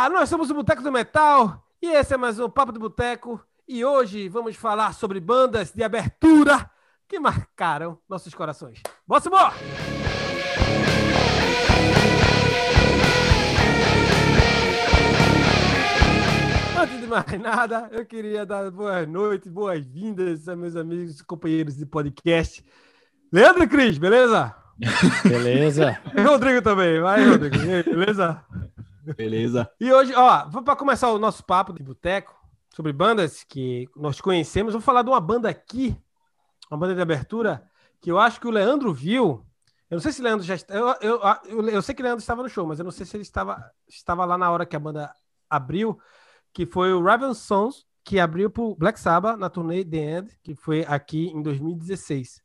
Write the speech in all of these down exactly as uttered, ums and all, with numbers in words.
Olá, nós somos o Boteco do Metal e esse é mais um Papo do Boteco e hoje vamos falar sobre bandas de abertura que marcaram nossos corações. Bora, bora! Antes de mais nada, eu queria dar boas noites, boas-vindas a meus amigos e companheiros de podcast. Leandro e Cris, beleza? Beleza. E Rodrigo também, vai Rodrigo, e aí, beleza? Beleza. E hoje, ó, para começar o nosso papo de boteco sobre bandas que nós conhecemos, vou falar de uma banda aqui, uma banda de abertura, que eu acho que o Leandro viu. Eu não sei se o Leandro já está. Eu, eu, eu, eu sei que o Leandro estava no show, mas eu não sei se ele estava, estava lá na hora que a banda abriu, que foi o Raven Sons, que abriu para o Black Sabbath na turnê The End, que foi aqui em dois mil e dezesseis.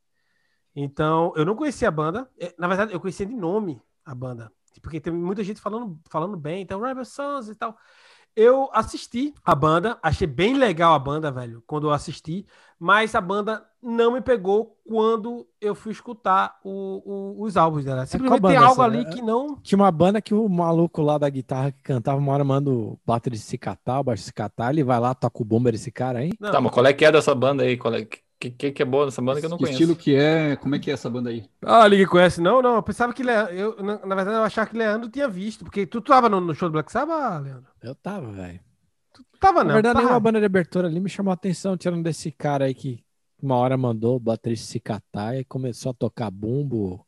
Então, eu não conhecia a banda. Na verdade, eu conhecia de nome a banda. Porque tem muita gente falando, falando bem, então Raven Sons e tal. Eu assisti a banda, achei bem legal a banda, velho, quando eu assisti, mas a banda não me pegou quando eu fui escutar o, o, os álbuns dela. Simplesmente tem algo ali que não... Tinha uma banda que o maluco lá da guitarra que cantava, uma hora manda o baterista se catar, o baixo se catar, ele vai lá, toca o bomber esse cara aí. Não. Tá, mas qual é que é dessa banda aí? Qual é... Que, que, que é boa dessa banda que eu não que conheço? Estilo que é? Como é que é essa banda aí? Ah, ninguém conhece, não? Não, eu pensava que Leandro... Eu, na, na verdade, eu achava que Leandro tinha visto, porque tu tava no, no show do Black Sabbath, Leandro? Eu tava, velho. Tu tava, não? Na verdade, tava. nenhuma banda de abertura ali me chamou a atenção, tirando desse cara aí que uma hora mandou o baterista se catar e começou a tocar bumbo,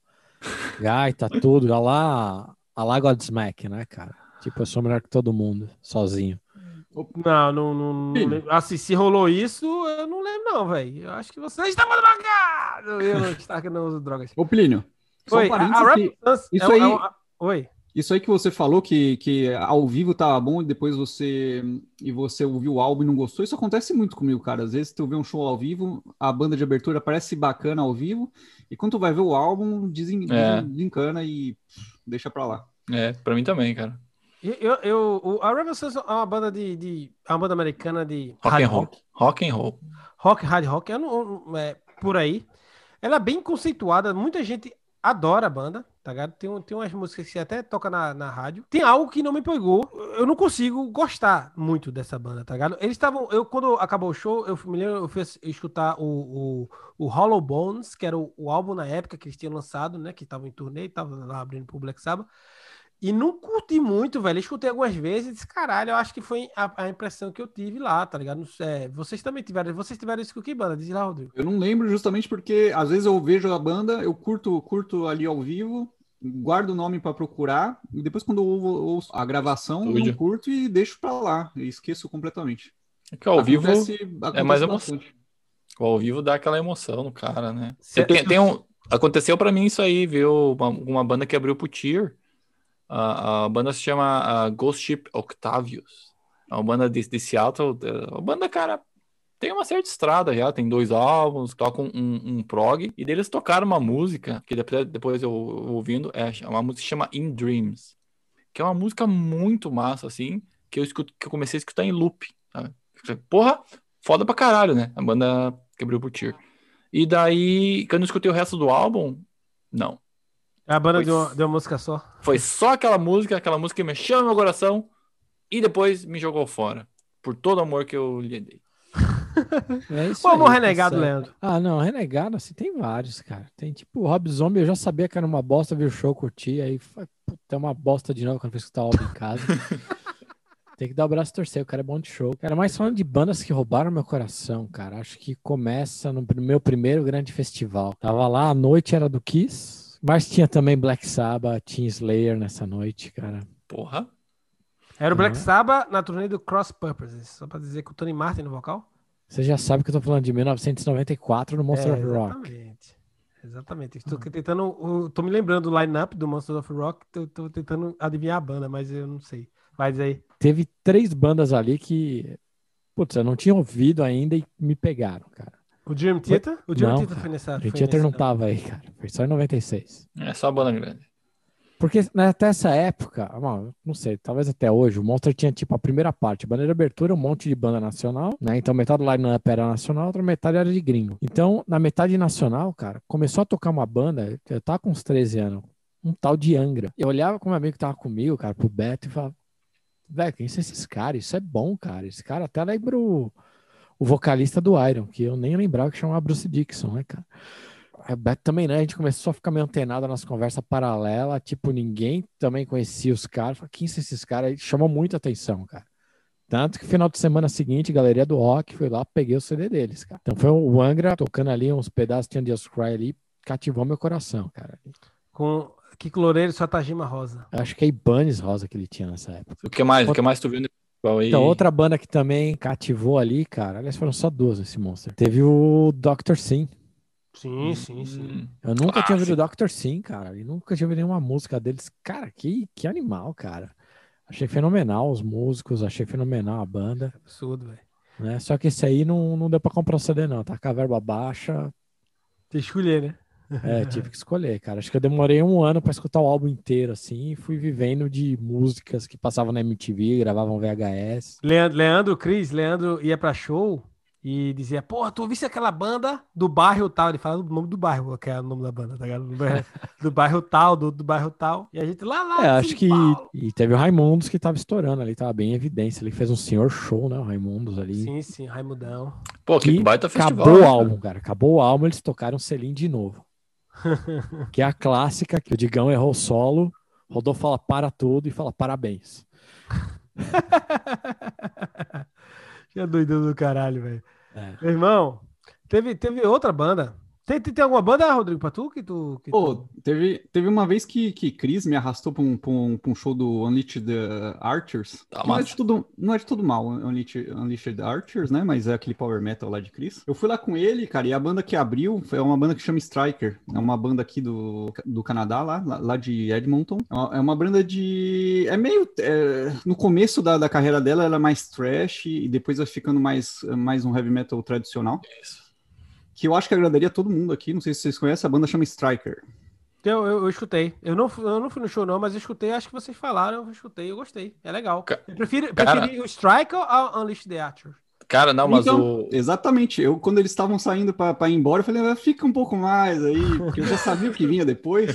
gaita, tudo. Já lá, a lá Godsmack, né, cara? Tipo, eu sou melhor que todo mundo, sozinho. Não, não, não, não lembro. Assim, se rolou isso, eu não lembro, não, velho. Eu acho que você estava drogado. Eu não estava que não uso drogas. Ô, Plínio, só Oi, um a, a que... Isso é, aí... É uma... Oi. Isso aí que você falou que, que ao vivo tava bom e depois você e você ouviu o álbum e não gostou, isso acontece muito comigo, cara. Às vezes tu vê um show ao vivo, a banda de abertura parece bacana ao vivo, e quando tu vai ver o álbum, desen, É. desencana e deixa pra lá. É, pra mim também, cara. Eu, eu, o, a Raven Sons é uma banda de, de é uma banda americana de rock hard and roll. Rock. rock and roll. Rock, hard rock, eu não, é, por aí. Ela é bem conceituada, muita gente adora a banda, tá ligado? Tem, tem umas músicas que até toca na, na rádio. Tem algo que não me pegou. Eu não consigo gostar muito dessa banda, tá ligado? Eles estavam. Eu, quando acabou o show, eu me lembro, eu fui escutar o, o, o Hollow Bones, que era o, o álbum na época que eles tinham lançado, né? Que tava em turnê, tava lá abrindo pro Black Sabbath. E não curti muito, velho. Eu escutei algumas vezes e disse, caralho, eu acho que foi a, a impressão que eu tive lá, tá ligado? É, vocês também tiveram. Vocês tiveram isso com que banda? Diz lá, Rodrigo. Eu não lembro justamente porque às vezes eu vejo a banda, eu curto, curto ali ao vivo, guardo o nome para procurar, e depois quando eu ouço a gravação, eu não curto e deixo para lá. E esqueço completamente. É que ao acontece, vivo acontece é mais emoção. O ao vivo dá aquela emoção no cara, né? Você tem, tem um, aconteceu para mim isso aí, viu? Uma, uma banda que abriu pro Tear. A, a banda se chama uh, Ghost Ship Octavius. É uma banda de, de Seattle. A banda, cara, tem uma certa estrada já. Tem dois álbuns, tocam um, um prog. E deles tocaram uma música, que depois, depois eu ouvindo, é uma música que chama In Dreams. Que é uma música muito massa, assim, que eu, escuto, que eu comecei a escutar em loop. Sabe? Porra, foda pra caralho, né? A banda que abriu pro Tear. E daí, quando eu escutei o resto do álbum, não. A banda Foi, de, uma, de uma música só. Foi só aquela música, aquela música que mexeu no meu coração e depois me jogou fora. Por todo o amor que eu lhe dei. É isso. O amor renegado, tá Leandro. Ah, não, renegado, assim, tem vários, cara. Tem tipo o Rob Zombie, eu já sabia que era uma bosta, vi o show, curti, aí puta, é uma bosta de novo quando eu fui escutar o álbum em casa. Tem que dar o braço e torcer, o cara é bom de show. Cara, mais falando de bandas que roubaram meu coração, cara. Acho que começa no meu primeiro grande festival. Tava lá, a noite era do Kiss. Mas tinha também Black Sabbath, tinha Slayer nessa noite, cara. Porra. Era o Black uhum. Sabbath na turnê do Cross Purposes, só pra dizer que o Tony Martin no vocal. Você já sabe que eu tô falando de mil novecentos e noventa e quatro no Monster é, of Rock. Exatamente. Exatamente. Estou uhum. tentando. Tô me lembrando do line-up do Monster of Rock, tô, tô tentando adivinhar a banda, mas eu não sei. Vai dizer aí. Teve três bandas ali que, putz, eu não tinha ouvido ainda e me pegaram, cara. O Dream Theater? Foi... O Dream não, Theater cara, foi nessa. O Dream Theater não tava aí, cara. Foi só em noventa e seis. É só a banda grande. Porque né, até essa época, não sei, talvez até hoje, o Monster tinha tipo a primeira parte, a banda de abertura, um monte de banda nacional, né? Então metade do line-up era nacional, outra metade era de gringo. Então, na metade nacional, cara, começou a tocar uma banda, eu tava com uns treze anos, um tal de Angra. Eu olhava com meu amigo que tava comigo, cara, pro Beto, e falava, velho, quem são esses caras? Isso é bom, cara. Esse cara até lembra o, o vocalista do Iron, que eu nem lembrava que chamava Bruce Dickinson, né, cara? A Beth também, né? A gente começou a ficar meio antenado nas conversas paralelas, tipo, ninguém também conhecia os caras. Falei, quem são esses caras? Aí chamou muita atenção, cara. Tanto que final de semana seguinte, Galeria do Rock, fui lá, peguei o C D deles, cara. Então foi o Angra tocando ali uns pedaços de Just Cry ali, cativou meu coração, cara. Com Kiko Loureiro e sua Tajima Rosa. Eu acho que é Ibanez Rosa que ele tinha nessa época. O que mais? Outra... O que mais tu viu no festival aí? Então, outra banda que também cativou ali, cara, aliás, foram só duas esse Monster. Teve o doutor Sim. Sim, sim, sim. Hum. Eu nunca Ah, tinha ouvido sim. o doutor Sim, cara. E nunca tinha ouvido nenhuma música deles. Cara, que, que animal, cara. Achei fenomenal os músicos, achei fenomenal a banda. Absurdo, velho. Né? Só que esse aí não, não deu pra comprar o C D, não. Tá com a verba baixa. Tem que escolher, né? É, tive que escolher, cara. Acho que eu demorei um ano pra escutar o álbum inteiro, assim, e fui vivendo de músicas que passavam na M T V, gravavam V H S. Leandro, Leandro, Cris, Leandro ia pra show e dizia, porra, tu ouviste aquela banda do bairro tal? Ele fala o nome do bairro, que é o nome da banda, tá ligado? Do bairro, do bairro tal, do, do bairro tal. E a gente lá, lá, É, em acho São que. Paulo. E teve o Raimundos que tava estourando ali, tava bem em evidência. Ele fez um senhor show, né? O Raimundos ali. Sim, sim, Raimundão. Pô, que, Que baita festival. acabou né, o cara? álbum, cara. Acabou o álbum, eles tocaram Selim de novo. Que é a clássica, que o Digão errou o solo, Rodolfo fala para tudo e fala parabéns. Que é doidão do caralho, velho. É. Meu irmão, teve, teve outra banda. Tem, tem, tem alguma banda, Rodrigo, pra tu? Que tu, que Pô, tu... teve, teve uma vez que, que Chris me arrastou pra um, pra um, pra um show do Unleashed uh, Archers. Tá Que não é, massa. de tudo, não é de tudo mal, Unleashed, Unleashed Archers, né? Mas é aquele power metal lá de Chris. Eu fui lá com ele, cara, e a banda que abriu foi uma banda que chama Striker. É uma banda aqui do, do Canadá, lá, lá, lá de Edmonton. É uma, é uma banda de... É meio... é, no começo da, da carreira dela, ela é mais thrash e depois vai ficando mais, mais um heavy metal tradicional. Isso. Que eu acho que agradaria todo mundo aqui. Não sei se vocês conhecem, a banda chama Striker. Eu, eu, eu escutei. Eu não, fui- eu não fui no show, não, mas eu escutei. Acho que vocês falaram. Eu escutei, eu gostei. É legal. Ca- Eu prefiro, cara- preferi o Strike ou a Unleash the Archer? Cara, não, mas Então, o. exatamente. Eu, quando eles estavam saindo pra pra ir embora, eu falei, "Ah, fica um pouco mais aí, porque eu já sabia o que vinha depois."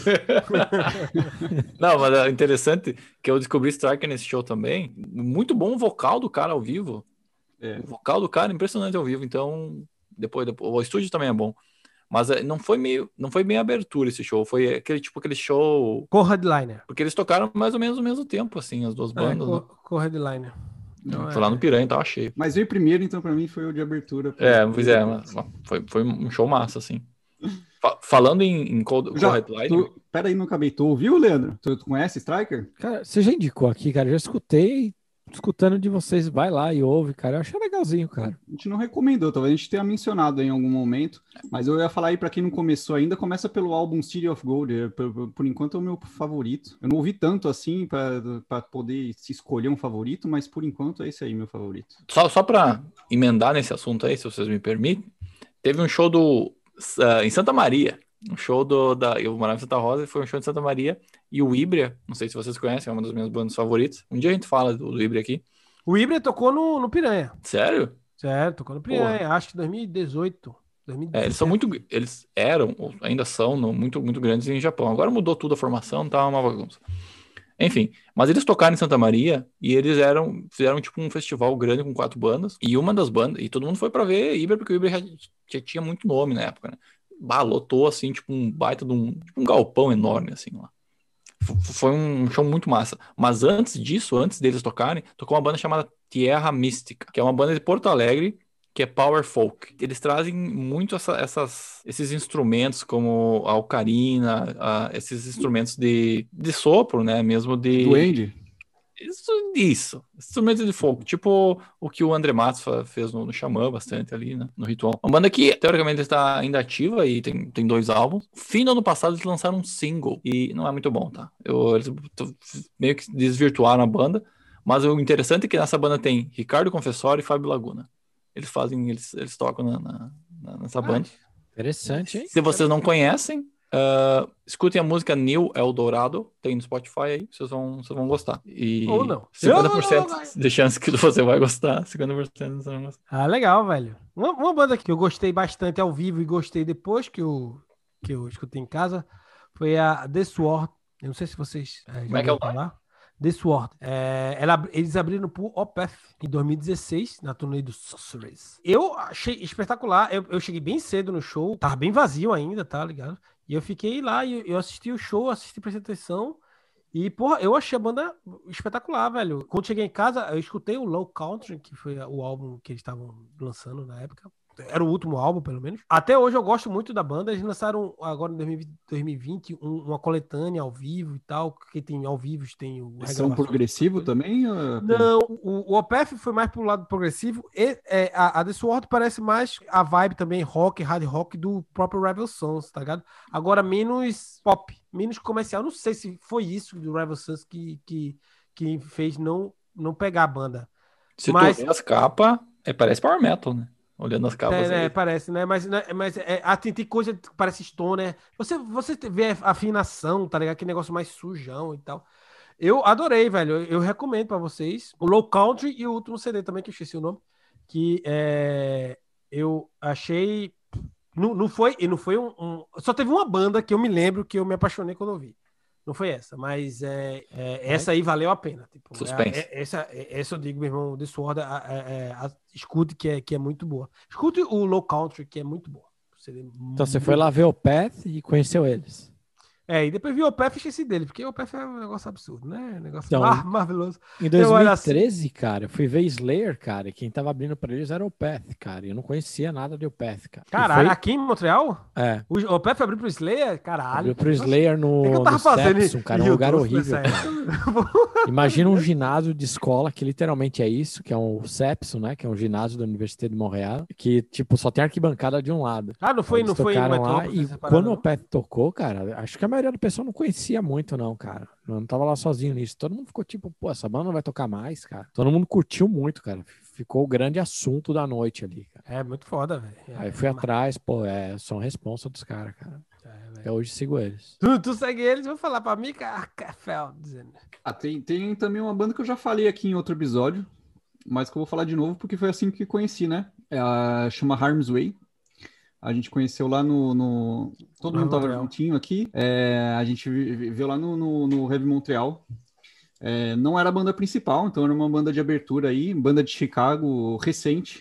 Não, mas é interessante que eu descobri Striker nesse show também. Muito bom o vocal do cara ao vivo. É. O vocal do cara é impressionante ao vivo. Então, depois, depois o estúdio também é bom. Mas é, não foi meio, não foi meio abertura esse show. Foi aquele tipo aquele show. Co-headliner. Porque eles tocaram mais ou menos ao mesmo tempo, assim, as duas É, bandas. né? co- co-headliner. Então, Foi lá é- no Piranha, tava cheio. Mas veio primeiro, então pra mim foi o de abertura. É, pois é, mas, mas foi, foi um show massa, assim. Fa- falando em, em co- Já, co-headliner, tu, pera aí, não acabei. Tu ouviu, Leandro? Tu, tu conhece Striker? Cara, você já indicou aqui, cara. Eu já escutei, escutando de vocês. Vai lá e ouve, cara. Eu achei legalzinho, cara. A gente não recomendou, talvez a gente tenha mencionado em algum momento, mas eu ia falar aí pra quem não começou ainda, começa pelo álbum City of Gold, é, por, por- por enquanto é o meu favorito. Eu não ouvi tanto assim pra pra poder se escolher um favorito, mas por enquanto é esse aí meu favorito. só, só pra emendar nesse assunto aí, se vocês me permitem, teve um show do, ah, em Santa Maria. Um show do, da, eu morava em Santa Rosa e foi um show em Santa Maria. E o Ibria, não sei se vocês conhecem, é uma das minhas bandas favoritas. Um dia a gente fala do, do Ibria aqui. O Ibra tocou no, no Piranha. Sério? Certo, tocou no Piranha. Acho que dois mil e dezoito. dois mil e dezessete. É, eles são muito, eles eram, ou ainda são, no- muito, muito grandes em Japão. Agora mudou tudo a formação, tá uma bagunça. Enfim, mas eles tocaram em Santa Maria e eles eram, fizeram tipo um festival grande com quatro bandas. E uma das bandas, e todo mundo foi pra ver Ibra, porque o Ibra já, já tinha muito nome na época, né? Bah, lotou assim, tipo um baita de um, tipo um galpão enorme, assim lá. F- Foi um show muito massa. Mas antes disso, antes deles tocarem, tocou uma banda chamada Tierra Mística, que é uma banda de Porto Alegre, que é Power Folk. Eles trazem muito essa- essas, esses instrumentos, como a ocarina, a- esses instrumentos de, de sopro, né? Mesmo de. Duende? Isso, isso. Instrumentos de folk. Tipo o que o André Matos fa- fez no, no Xamã bastante ali, né? No Ritual. Uma banda que, teoricamente, está ainda ativa e tem, tem dois álbuns. Fim do ano passado, eles lançaram um single. E não é muito bom, tá? Eu, eles t- meio que desvirtuaram a banda. Mas o interessante é que nessa banda tem Ricardo Confessori e Fábio Laguna. Eles fazem, eles, eles tocam na, na- na- nessa banda. Interessante, hein? Se vocês não conhecem, ah, escutem a música New Eldorado, tem no Spotify aí, vocês vão, vocês vão gostar. E Ou não. cinquenta por cento Eu não- de chance que você vai gostar, cinquenta por cento você não vai gostar. Ah, legal, velho. Uma, uma banda que eu gostei bastante ao vivo e gostei depois que eu, que eu escutei em casa foi a The Sword. Eu não sei se vocês eh, já Como é que é o ouviram falar. The Sword. É, ela, eles abriram pro Opeth em dois mil e dezesseis, na turnê do Sorceress. Eu achei espetacular. Eu, eu cheguei bem cedo no show, tava bem vazio ainda, tá ligado? E eu fiquei lá e eu assisti o show, assisti, prestei atenção. E, porra, eu achei a banda espetacular, velho. Quando cheguei em casa, eu escutei o Low Country, que foi o álbum que eles estavam lançando na época. Era o último álbum, pelo menos. Até hoje eu gosto muito da banda. Eles lançaram agora em dois mil e vinte um, uma coletânea ao vivo e tal, que tem ao vivo, tem o São progressivo também? Ou... Não, o, o Opeth foi mais pro lado progressivo. E, é, a, a The Sword parece mais a vibe também rock, hard rock do próprio Rebel Sons, tá ligado? Agora menos pop, menos comercial. Não sei se foi isso do Rebel Sons que, que, que fez não, não pegar a banda. Se Mas... tu vê as capas, é, parece Power Metal, né? Olhando as capas é, né, aí. parece, né? Mas, né, mas é, ah, tem, tem coisa que parece stoner. Você, você vê a afinação, tá ligado? Que negócio mais sujão e tal. Eu adorei, velho. Eu, eu recomendo pra vocês. O Low Country e o último C D também, que eu esqueci o nome. Que é, eu achei... Não, não foi, e não foi um, um... Só teve uma banda que eu me lembro que eu me apaixonei quando eu vi. Não foi essa, mas é, é, essa aí valeu a pena. Tipo, Suspense. É, é, essa, é, essa eu digo, meu irmão, The Sword, é, é, é, escute que é, que é muito boa. Escute o Low Country, que é muito boa. Então você foi lá ver o Path e conheceu eles. É, e depois vi o Opeth e esqueci dele, porque o Opeth é um negócio absurdo, né? Um negócio Então, mar maravilhoso. Em dois mil e treze, assim... cara, eu fui ver Slayer, cara, e quem tava abrindo pra eles era o Opeth, cara, e eu não conhecia nada de Opeth, cara. Caralho, foi... aqui em Montreal? É. O Opeth abriu pro Slayer? Caralho. Abriu pro Slayer no, que que eu tava no fazendo Sepsum, cara, um lugar horrível, Imagina um ginásio de escola, que literalmente é isso, que é um Sepsum, né, que é um ginásio da Universidade de Montreal, que, tipo, só tem arquibancada de um lado. Ah, não foi, eles não foi tocaram lá, e quando o Opeth tocou, cara, acho que a maioria do pessoal não conhecia muito não, cara. Eu não tava lá sozinho nisso. Todo mundo ficou tipo, pô, essa banda não vai tocar mais, cara. Todo mundo curtiu muito, cara. Ficou o grande assunto da noite ali, cara. É muito foda, velho. É, Aí fui é, atrás, pô, é, são responsa dos caras, cara. É, até hoje sigo eles. Tu, tu segue eles, vou falar pra mim, cara, dizendo. Ah, tem, tem também uma banda que eu já falei aqui em outro episódio, mas que eu vou falar de novo porque foi assim que conheci, né? É a, chama Harm's Way. A gente conheceu lá no... no... Todo no mundo tava Montreal. Juntinho aqui. É, a gente viu lá no, no, no Heavy Montreal. É, não era a banda principal, então era uma banda de abertura aí, banda de Chicago recente.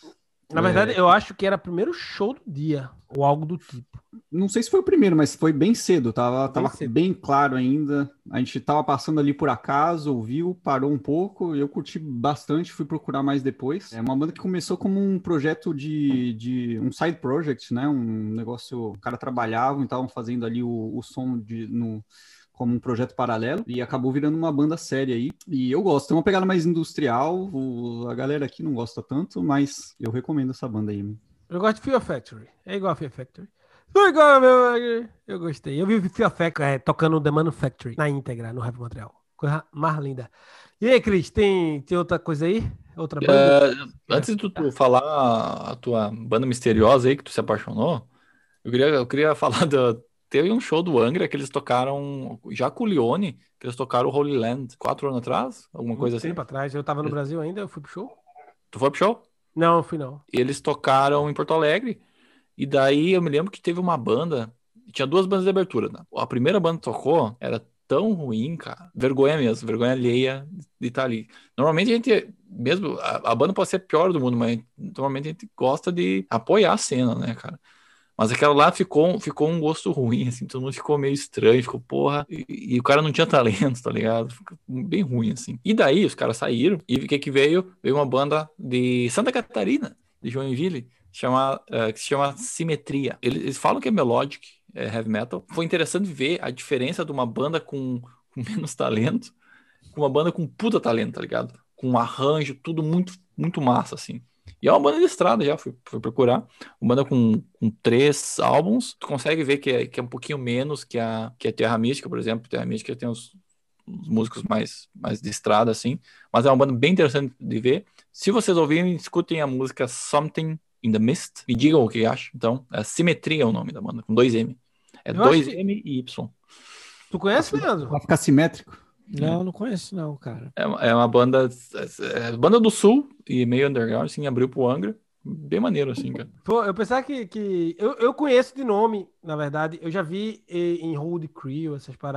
Na verdade, é... eu acho que era o primeiro show do dia, ou algo do tipo. Não sei se foi o primeiro, mas foi bem cedo, tava, bem, tava cedo. Bem claro ainda. A gente tava passando ali por acaso, ouviu, parou um pouco, eu curti bastante, fui procurar mais depois. É uma banda que começou como um projeto de, de um side project, né? Um negócio, o cara trabalhava e estavam fazendo ali o, o som de, no, como um projeto paralelo e acabou virando uma banda séria aí. E eu gosto, tem uma pegada mais industrial, o, a galera aqui não gosta tanto, mas eu recomendo essa banda aí. Eu gosto de Fear Factory, é igual a Fear Factory. Igual, meu... Eu gostei. Eu vi Fear Factory é, tocando The Manufactory na íntegra, no Heavy Montreal. Coisa mais linda. E aí, Cris, tem, tem outra coisa aí? Outra banda? Uh, antes de tu falar a tua banda misteriosa aí que tu se apaixonou, eu queria, eu queria falar do... Teve um show do Angra que eles tocaram, já com o Leone, que eles tocaram o Holy Land quatro anos atrás, alguma Muito coisa assim. tempo atrás. Eu tava no Brasil ainda, eu fui pro show. Tu foi pro show? Não, fui não. Eles tocaram em Porto Alegre. E daí eu me lembro que teve uma banda, tinha duas bandas de abertura, né? A primeira banda que tocou era tão ruim, cara, vergonha mesmo, vergonha alheia de estar ali. Normalmente a gente, mesmo, a, a banda pode ser a pior do mundo, mas normalmente a gente gosta de apoiar a cena, né, cara? Mas aquela lá ficou, ficou um gosto ruim, assim, todo mundo ficou meio estranho, ficou porra, e, e o cara não tinha talento, tá ligado? Ficou bem ruim, assim. E daí os caras saíram, e o que que veio? Veio uma banda de Santa Catarina, de Joinville, Chama, uh, que se chama Simetria. Eles, eles falam que é melodic, é heavy metal. Foi interessante ver a diferença de uma banda com, com menos talento com uma banda com puta talento, tá ligado? Com um arranjo, tudo muito, muito massa, assim. E é uma banda de estrada já, fui, fui procurar. Uma banda com, com três álbuns. Tu consegue ver que é, que é um pouquinho menos que a, que a Terra Mística, por exemplo. Terra Mística tem os, os músicos mais, mais de estrada, assim. Mas é uma banda bem interessante de ver. Se vocês ouvirem, escutem a música Something in the Mist. Me digam o que acham. Então, é Simetria é o nome da banda, com dois M. É dois M que... e Y. Tu conhece, Leandro? Vai ficar simétrico? Não, não conheço não, cara. É, é uma banda... É, banda do Sul e meio underground, assim, abriu pro Angra. Bem maneiro, assim, cara. Pô, eu pensava que... que... Eu, eu conheço de nome, na verdade. Eu já vi em Road Crew, essas paradas.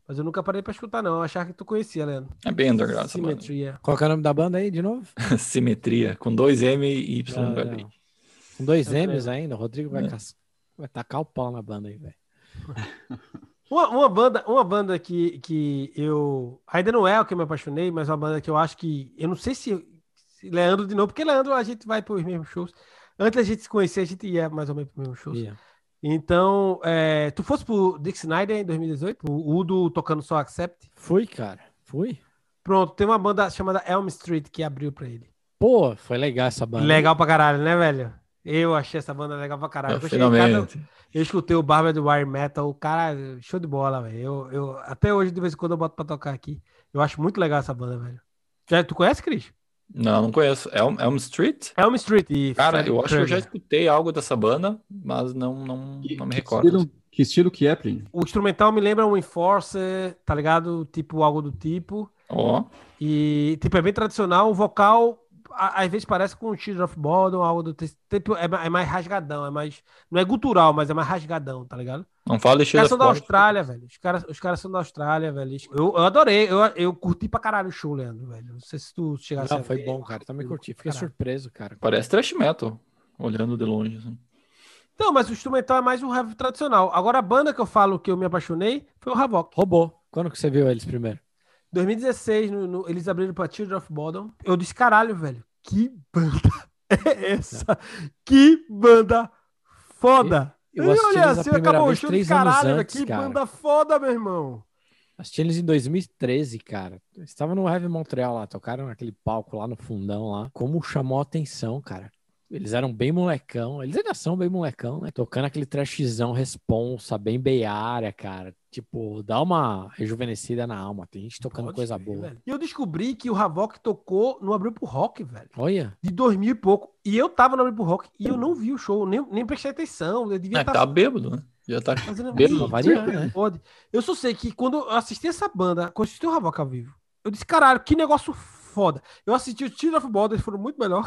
Mas eu nunca parei pra escutar, não. Eu achava que tu conhecia, Leandro. É bem underground essa banda. Simetria. Qual que é o nome da banda aí, de novo? Simetria, com dois M e Y. Não, no não. meio. Com dois Eu M's lembro. ainda. O Rodrigo vai, É. cas... vai tacar o pau na banda aí, velho. Uma, uma banda, uma banda que, que eu... Ainda não é o que eu me apaixonei, mas uma banda que eu acho que... Eu não sei se, se Leandro de novo, porque Leandro a gente vai pros mesmos shows. Antes da gente se conhecer, a gente ia mais ou menos pros mesmos shows. Yeah. Então, é, tu fosse pro Dick Snyder em dois mil e dezoito? O Udo tocando só Accept? Fui, cara. Fui. Pronto, tem uma banda chamada Elm Street que abriu pra ele. Pô, foi legal essa banda. Legal pra caralho, né, velho? Eu achei essa banda legal pra caralho. Ah, Eu, cheguei em casa, finalmente. eu escutei o Barbed Wire Metal, cara, show de bola, velho. Eu, eu, até hoje, de vez em quando, eu boto pra tocar aqui. Eu acho muito legal essa banda, velho. Já, tu conhece, Cris? Não, não conheço. Elm, Elm Street? Elm Street e Cara, Fred eu acho que eu já Krueger. escutei algo dessa banda, mas não, não, Que, não me que recordo. estilo, que estilo que é, Plínio? O instrumental me lembra um Enforcer, tá ligado? Tipo, algo do tipo. Ó, E, tipo, é bem tradicional. O vocal, a- às vezes, parece com o Children of Bodom, algo do tipo. É, ma- é mais rasgadão, é mais. Não é gutural, mas é mais rasgadão, tá ligado? não fala de Os caras Shield são of da Bottom. Austrália, velho. Os caras, os caras são da Austrália, velho. Eu, eu adorei, eu, eu curti pra caralho o show, Leandro, velho. Não sei se tu chegasse Não, a foi ver. bom, cara. Também Eu curti. curti Fiquei pra caralho. surpreso, cara. Parece thrash metal, olhando de longe. Assim. Não, mas o instrumental é mais um heavy tradicional. Agora, a banda que eu falo que eu me apaixonei foi o Havok. Roubou. Quando que você viu eles primeiro? dois mil e dezesseis, no, no- eles abriram pra Children of Bodom. Eu disse, caralho, velho, que banda é essa? Que banda foda! Eu Eu assisti olhei eles a assim, primeira acabou o vez show de três anos caralho, velho. antes, Que cara. banda foda, meu irmão. Assisti eles em dois mil e treze, cara. Estava no Heavy Montreal lá, tocaram naquele palco lá no fundão lá. Como chamou a atenção, cara. Eles eram bem molecão, eles ainda são bem molecão, né? Tocando aquele trashzão responsa, bem Bay Area, cara. Tipo, dá uma rejuvenescida na alma. Tem gente tocando Pode coisa crer, boa. velho. E eu descobri que o Havok tocou no Abril pro Rock, velho. Olha, De dois mil e pouco. E eu tava no Abril pro Rock e eu não vi o show, nem, nem prestei atenção. Eu devia É, estar tá bêbado, né? Já tá fazendo bêbado. Pra variar, né? Pode. Eu só sei que quando eu assisti essa banda, quando eu assisti o Havok ao vivo, eu disse, caralho, que negócio foda. Eu assisti o Children of Bodom, eles foram muito melhor.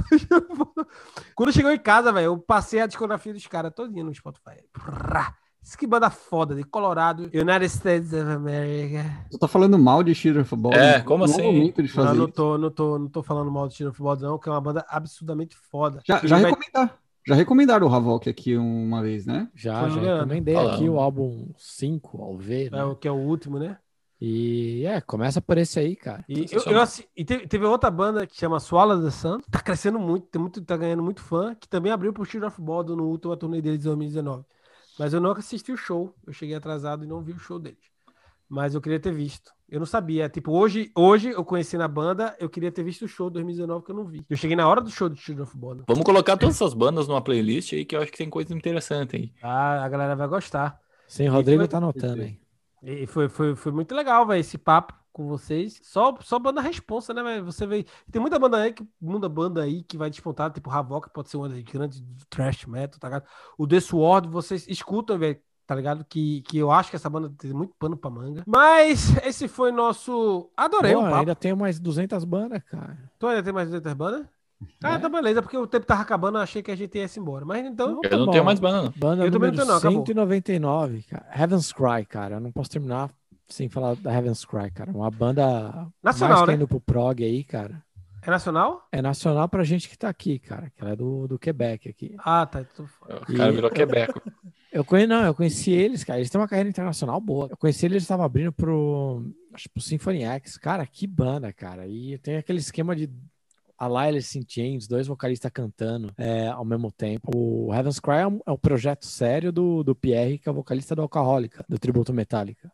Quando chegou em casa, velho, eu passei a discografia dos caras todinha no Spotify. Prrrá. Isso que banda foda, de Colorado, United States of America. Tu tá falando mal de Children of Bodom? É, como Não é o assim? momento de Não, fazer não isso. tô, não, tô, não tô falando mal do Children of Bodom, não, que é uma banda absurdamente foda. Já, Ele já, vai- recomendar, já recomendaram o Havok aqui uma vez, né? já, Foi já jogando. recomendei Falando. aqui o álbum cinco, ao ver, É né? o que é o último, né? E é, começa por esse aí, cara. E, eu, eu Sensacional. assi- e teve, teve outra banda que chama Swallow the Sun, tá crescendo muito, tem muito, tá ganhando muito fã, que também abriu pro Children of Bodom no último turnê deles de dois mil e dezenove. Mas eu nunca assisti o show, eu cheguei atrasado e não vi o show deles. Mas eu queria ter visto. Eu não sabia, tipo, hoje, hoje eu conheci na banda, eu queria ter visto o show de dois mil e dezenove que eu não vi. Eu cheguei na hora do show do Children of Bodom. Vamos colocar todas essas bandas numa playlist aí, que eu acho que tem coisa interessante aí. Ah, a galera vai gostar. Sim, Rodrigo foi- tá anotando aí. E foi, foi, foi muito legal, velho, esse papo com vocês. Só, só banda responsa, né, velho? Você vê. Tem muita banda aí que muita banda aí que vai despontar, tipo Havok, pode ser uma das grandes do thrash metal, tá ligado? O The Sword, vocês escutam, velho, tá ligado? Que, que eu acho que essa banda tem muito pano pra manga. Mas esse foi nosso. Adorei Pô, o papo. ainda tem mais duzentas bandas, cara. Tu ainda tem mais duzentas bandas? Ah, É. tá beleza, porque o tempo tava acabando, eu achei que a gente ia se embora. Mas então. Não, Eu tá não bom. tenho mais banda, não. Banda Eu também número não tenho, não, acabou. cento e noventa e nove, cara. Heaven's Cry, cara. Eu não posso terminar sem falar da Heaven's Cry, cara. Uma banda Nacional, mais né? tá indo pro prog aí, cara. É nacional? É nacional pra gente que tá aqui, cara. Que ela é do, do Quebec aqui. Ah, tá. Tô... O cara E- virou Quebec. Eu conheci, não, eu conheci eles, cara. Eles têm uma carreira internacional boa. Eu conheci eles, eles estavam abrindo pro, acho, pro Symphony X. Cara, que banda, cara. E tem aquele esquema de a Alice in Chains, dois vocalistas cantando é, ao mesmo tempo. O Heaven's Cry é um, é um projeto sério do, do Pierre, que é o vocalista do Alcohólica, do Tributo Metallica.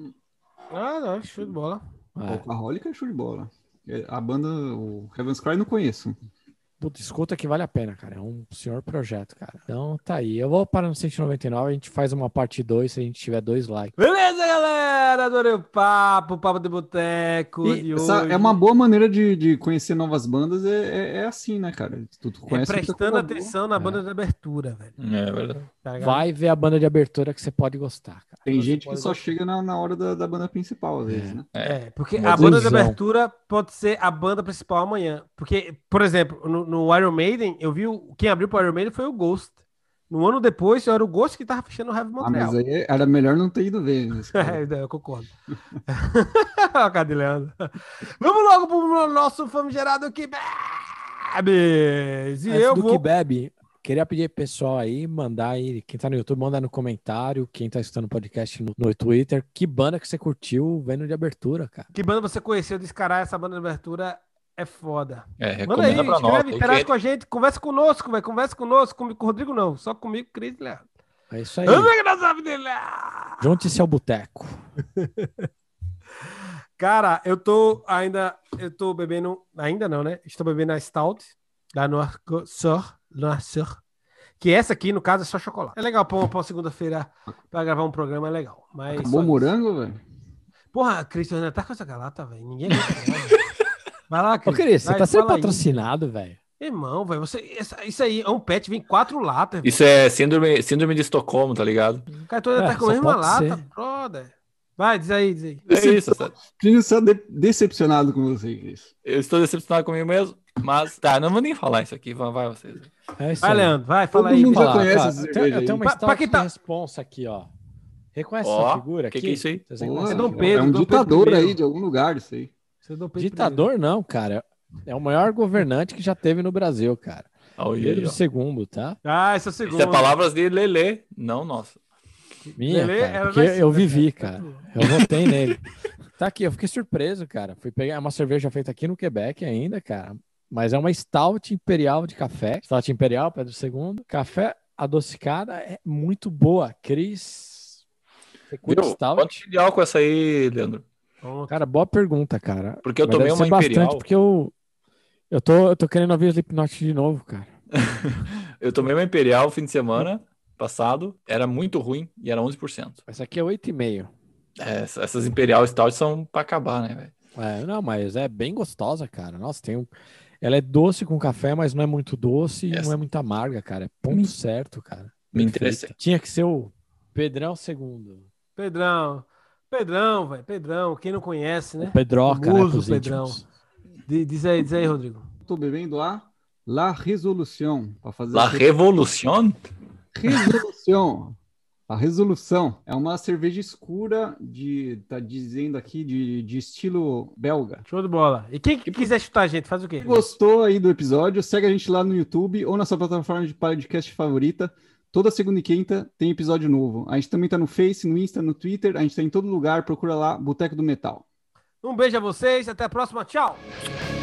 Ah, não, show de bola. É. Alcohólica é show de bola. É, A banda, o Heaven's Cry, não conheço. Puta, escuta que vale a pena, cara. É um senhor projeto, cara. Então tá aí. Eu vou parar no cento e noventa e nove, a gente faz uma parte dois se a gente tiver dois likes. Beleza, galera? Adorei o papo, o papo de boteco. E de essa hoje. é uma boa maneira de, de conhecer novas bandas, é, é, é assim, né, cara? Tu, tu É conhece muita prestando coisa boa. atenção na banda de abertura, velho. É verdade. Tá ligado? Vai ver a banda de abertura que você pode gostar, cara. Tem Você gente que pode só gostar. chega na, na hora da, da banda principal, às vezes, né? É, porque Uma a banda de ilusão. abertura pode ser a banda principal amanhã. Porque, por exemplo, no, no Iron Maiden, eu vi o, quem abriu pro Iron Maiden foi o Ghost. No ano depois, era o Ghost que tava fechando o Heavy Ah, Montreal. mas aí era melhor não ter ido ver. Né? É, eu concordo. Cadê Leandro? Vamos logo pro nosso famigerado que bebe. E Antes eu do vou... que bebe, queria pedir pro pessoal aí, mandar aí, quem tá no YouTube, manda no comentário, quem tá escutando o podcast no, no Twitter, que banda que você curtiu vendo de abertura, cara. Que banda você conheceu desse caralho? Essa banda de abertura é foda. É, Manda aí, recomenda pra nós. escreve, Tem interage que- com a gente, conversa conosco, velho. Conversa conosco, comigo, com o Rodrigo não, só comigo, Cris e Leandro. É isso aí. Vamos ver que nós sabemos dele. Junte-se ao boteco. Cara, eu tô ainda, eu tô bebendo, ainda não, né? Estou bebendo a Stout da Noirceur, Noirceur, que essa aqui, no caso, é só chocolate. É legal pra uma, pra uma segunda-feira pra gravar um programa, é legal. Mas Acabou só o isso. morango, velho? Porra, Cris, ainda tá com essa galata, velho. Ninguém aguenta. Vai lá, Ô, Cris. Cris, você Vai, tá sendo fala aí. patrocinado, velho. Irmão, velho, você, essa- isso aí é um pet, vem quatro latas. Isso é síndrome, síndrome de Estocolmo, tá ligado? O cara todo É, tá com a só mesma pode lata, ser. brother. Vai, diz aí, diz aí. É isso, sabe? Cris, só de- decepcionado com você, Cris. Eu estou decepcionado comigo mesmo, mas tá, não vou nem falar isso aqui, vai, vai vocês. É isso Vai, aí. Leandro, vai, fala Todo aí. mundo já Fala. conhece cara, essa eu tenho- cerveja eu tenho aí. uma Pra- stout pra quem tá- de responsa aqui, ó. Reconhece Ó, essa figura que aqui? que é isso aí? Vocês Pô, reconhecem é essa Dom figura? Pedro. é um Dom Pedro ditador primeiro. aí de algum lugar, isso aí. Você deu peito Ditador não, cara. É o maior governante que já teve no Brasil, cara. Olha aí, Pedro ó. segundo, tá? primeiro. Ah, esse é o segundo. Isso é palavras de Lelê, não nossa. Minha, Lelê cara, era porque nascido, eu né, vivi, cara? cara. Eu votei nele. Tá aqui, eu fiquei surpreso, cara. Fui pegar uma cerveja feita aqui no Quebec ainda, cara. Mas é uma stout imperial de café. Stout imperial, Pedro segundo. Café adocicada é muito boa. Cris, você curte Viu? stout? Quanto de álcool essa aí, Leandro? Vamos- Cara, boa pergunta, cara. Porque eu Mas tomei deve uma ser bastante, imperial. porque eu, eu, tô, eu tô querendo ouvir o Slipknot de novo, cara. Eu tomei uma Imperial no fim de semana passado, era muito ruim e era onze por cento. Essa aqui é oito vírgula cinco. É, essas Imperial Stout são pra acabar, né, velho? É, não, mas é bem gostosa, cara. Nossa, tem um... Ela é doce com café, mas não é muito doce e Essa- não é muito amarga, cara. É ponto Me- certo, cara. me Perfeita. interessei. Tinha que ser o Pedrão segundo. Pedrão. Pedrão, velho. Pedrão. Quem não conhece, né? O Pedroca, né, Famoso pros Pedrão. íntimos. Di- Diz aí, diz aí, Rodrigo. Tô bebendo a La Resolution. Pra fazer La a Revolution? Resolução. A resolução é uma cerveja escura de, tá dizendo aqui, de, de estilo belga. Show de bola. E quem que quiser chutar a gente, faz o quê? Se gostou aí do episódio, segue a gente lá no YouTube ou na sua plataforma de podcast favorita. Toda segunda e quinta tem episódio novo. A gente também tá no Face, no Insta, no Twitter. A gente tá em todo lugar. Procura lá, Boteco do Metal. Um beijo a vocês. Até a próxima. Tchau.